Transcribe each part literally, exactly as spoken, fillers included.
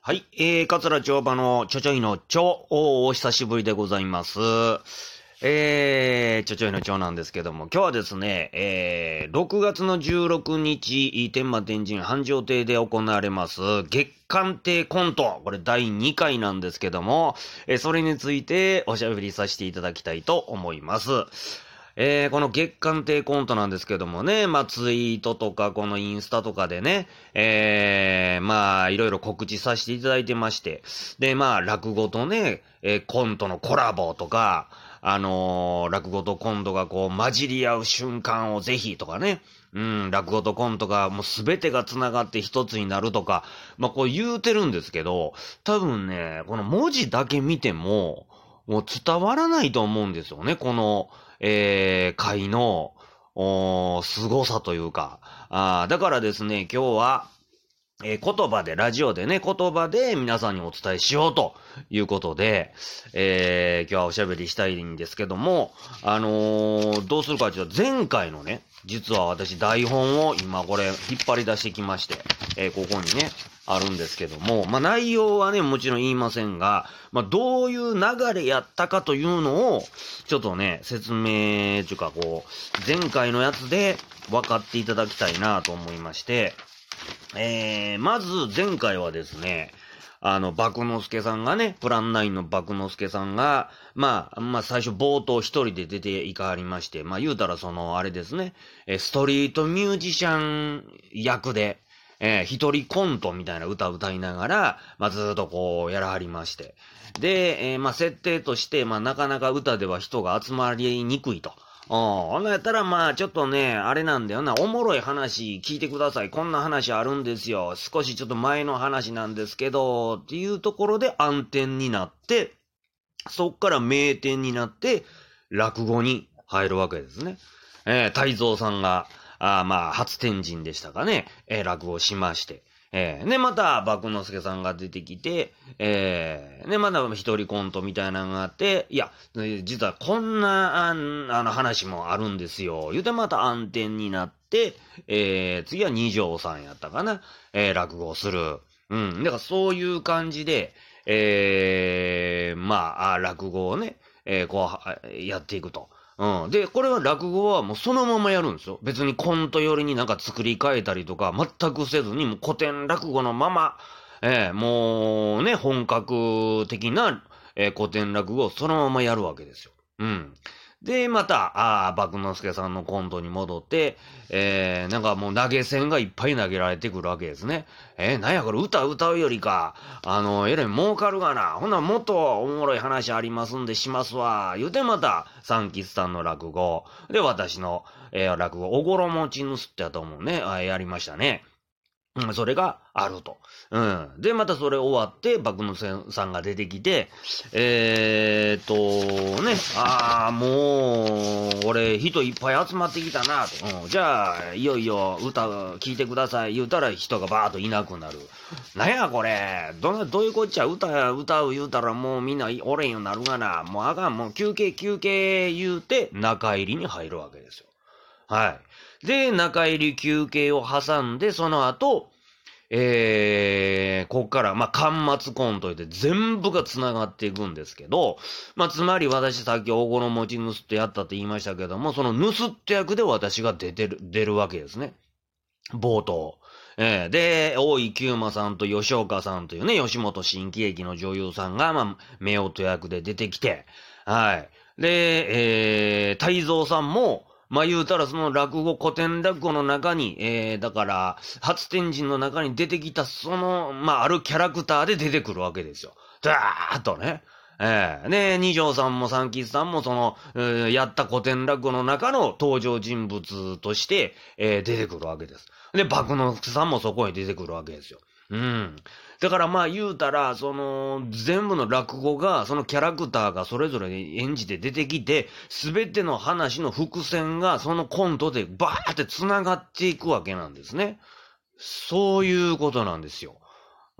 はい、えー、桂町場のちょちょいのちょ、お久しぶりでございます。えー、ちょちょいのちょなんですけども、今日はですね、えー、ろくがつのじゅうろくにち、天満天神繁盛亭で行われます、月刊亭コント、これだいにかいなんですけども、えー、それについておしゃべりさせていただきたいと思います。えー、この月刊亭コントなんですけどもね、まあ、ツイートとか、このインスタとかでね、えー、まあ、いろいろ告知させていただいてまして、で、まあ、落語とね、えー、コントのコラボとか、あのー、落語とコントがこう、混じり合う瞬間をぜひとかね、うん、落語とコントがもうすべてが繋がって一つになるとか、まあ、こう言うてるんですけど、多分ね、この文字だけ見ても、もう伝わらないと思うんですよね、この、えー、会の、おー、凄さというか。あだからですね、今日は、えー、言葉で、ラジオでね、言葉で皆さんにお伝えしようということで、えー、今日はおしゃべりしたいんですけども、あのー、どうするかというと、前回のね、実は私台本を今これ引っ張り出してきまして、えー、ここにね、あるんですけども、まあ、内容はね、もちろん言いませんが、まあ、どういう流れやったかというのを、ちょっとね、説明というか、こう、前回のやつで分かっていただきたいなと思いまして、えー、まず前回はですね、あの、爆之助さんがね、プランナインの爆之助さんが、まあ、まあ最初冒頭一人で出ていかはりまして、まあ言うたらその、あれですね、ストリートミュージシャン役で、えー、一人コントみたいな歌を歌いながら、まあずーっとこう、やらはりまして。で、えー、まあ設定として、まあなかなか歌では人が集まりにくいと。うん。ほんなやったらまあちょっとね、あれなんだよな、おもろい話聞いてください。こんな話あるんですよ。少しちょっと前の話なんですけど、っていうところで暗転になって、そっから名店になって、落語に入るわけですね。えー、太蔵さんが、あまあ、初天神でしたかね、えー、落語しまして。えー、で、また、爆之助さんが出てきて、えー、で、まだ一人コントみたいなのがあって、いや、実はこんな、ああの話もあるんですよ。言うてまた暗転になって、えー、次は二条さんやったかな、えー、落語する。うん。だからそういう感じで、えー、まあ、落語をね、えー、こう、やっていくと。うん。で、これは落語はもうそのままやるんですよ。別にコント寄りになんか作り変えたりとか、全くせずに、もう古典落語のまま、えー、もうね、本格的な、えー、古典落語をそのままやるわけですよ。うん。で、また、ああ、爆之助さんのコントに戻って、えー、なんかもう投げ銭がいっぱい投げられてくるわけですね。えー、なんやこれ歌歌うよりか、あの、えらい儲かるがな。ほんならもっとおもろい話ありますんでしますわ。言うてまた、三吉さんの落語。で、私の、えー、落語、おごろもちぬすってやと思うね。あやりましたね。うん、それがあると。うん。で、またそれ終わって、爆之助さんが出てきて、えーっと、ね、ああ、もう、俺、人いっぱい集まってきたな、と。うん、じゃあ、いよいよ歌聴いてください、言うたら人がバーッといなくなる。なんやこれ、どな、どういうこっちゃ、歌、歌う言うたらもうみんなおれんようになるがな。もうあかん、もう休憩休憩言うて、中入りに入るわけですよ。はい。で、中入り休憩を挟んで、その後、えー、こっから、まあ、巻末コントで全部が繋がっていくんですけど、まあ、つまり私さっき大物持ち盗ってやったって言いましたけども、その盗って役で私が出てる、出るわけですね。冒頭。えー、で、大井久馬さんと吉岡さんというね、吉本新喜劇の女優さんが、まあ、夫婦役で出てきて、はい。で、えー、太蔵さんも、まあ言うたらその落語、古典落語の中に、えー、だから、初天神の中に出てきた、その、まああるキャラクターで出てくるわけですよ。ダーッとね。ええー、ね二条さんも三吉さんもその、えー、やった古典落語の中の登場人物として、えー、出てくるわけです。で、爆之助さんもそこに出てくるわけですよ。うん。だからまあ言うたら、その、全部の落語が、そのキャラクターがそれぞれ演じて出てきて、すべての話の伏線がそのコントでバーって繋がっていくわけなんですね。そういうことなんですよ。うん。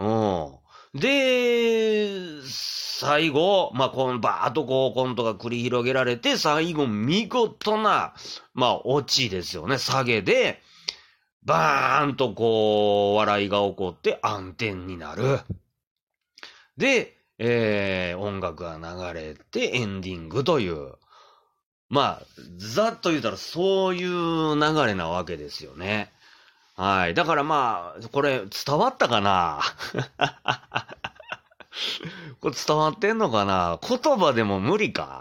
で、最後、まあ、このバーっとこうコントが繰り広げられて、最後見事な、まあ、オチですよね。下げで、バーンとこう、笑いが起こって暗転になる。 で、えー、音楽が流れてエンディングという、まあ、ざっと言うたらそういう流れなわけですよね。はい。だからまあ、これ伝わったかなこれ伝わってんのかな、言葉でも無理か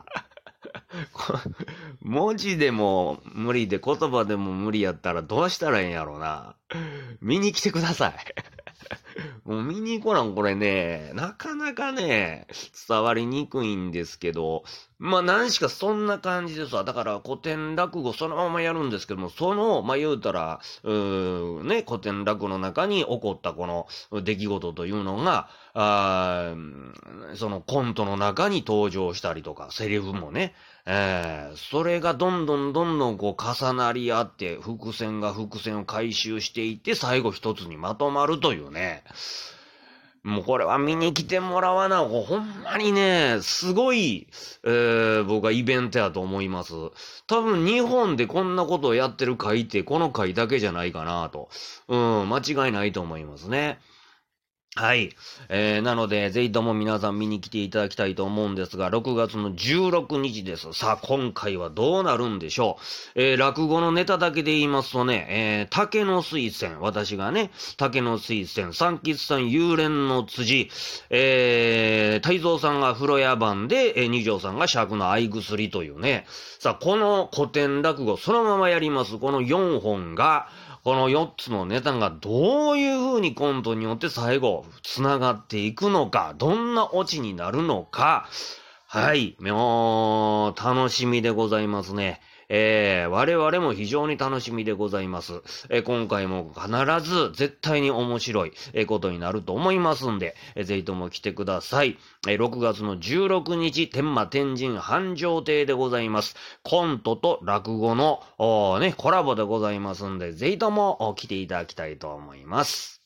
文字でも無理で言葉でも無理やったらどうしたらいいんやろうな。見に来てください。もう見に行こうなんこれね、なかなかね、伝わりにくいんですけど、まあ何しかそんな感じですわ。だから古典落語そのままやるんですけども、その、まあ言うたら、うーね、古典落語の中に起こったこの出来事というのが、あそのコントの中に登場したりとか、セリフもね、えー、それがどんどんどんどんこう重なり合って、伏線が伏線を回収していって、最後一つにまとまるというね。もうこれは見に来てもらわな、ほんまにね、すごい、えー、僕はイベントやと思います。多分日本でこんなことをやってる会ってこの会だけじゃないかなと。うん、間違いないと思いますね。はい。えー、なので、ぜひとも皆さん見に来ていただきたいと思うんですが、ろくがつのじゅうろくにちです。さあ、今回はどうなるんでしょう。えー、落語のネタだけで言いますとね、えー、竹の水仙、私がね、竹の水仙、三吉さん幽蓮の辻、えー、太蔵さんが風呂屋番で、えー、二条さんが尺の合薬というね、さあ、この古典落語、そのままやります。このよんほんが、このよっつのネタがどういう風にコントによって最後繋がっていくのか、どんなオチになるのか、はい、もう楽しみでございますね。えー、我々も非常に楽しみでございます。えー、今回も必ず絶対に面白い、えー、ことになると思いますんで、えー、ぜひとも来てください。えー、ろくがつのじゅうろくにち、天満天神繁盛亭でございます。コントと落語の、ね、コラボでございますんで、ぜひとも来ていただきたいと思います。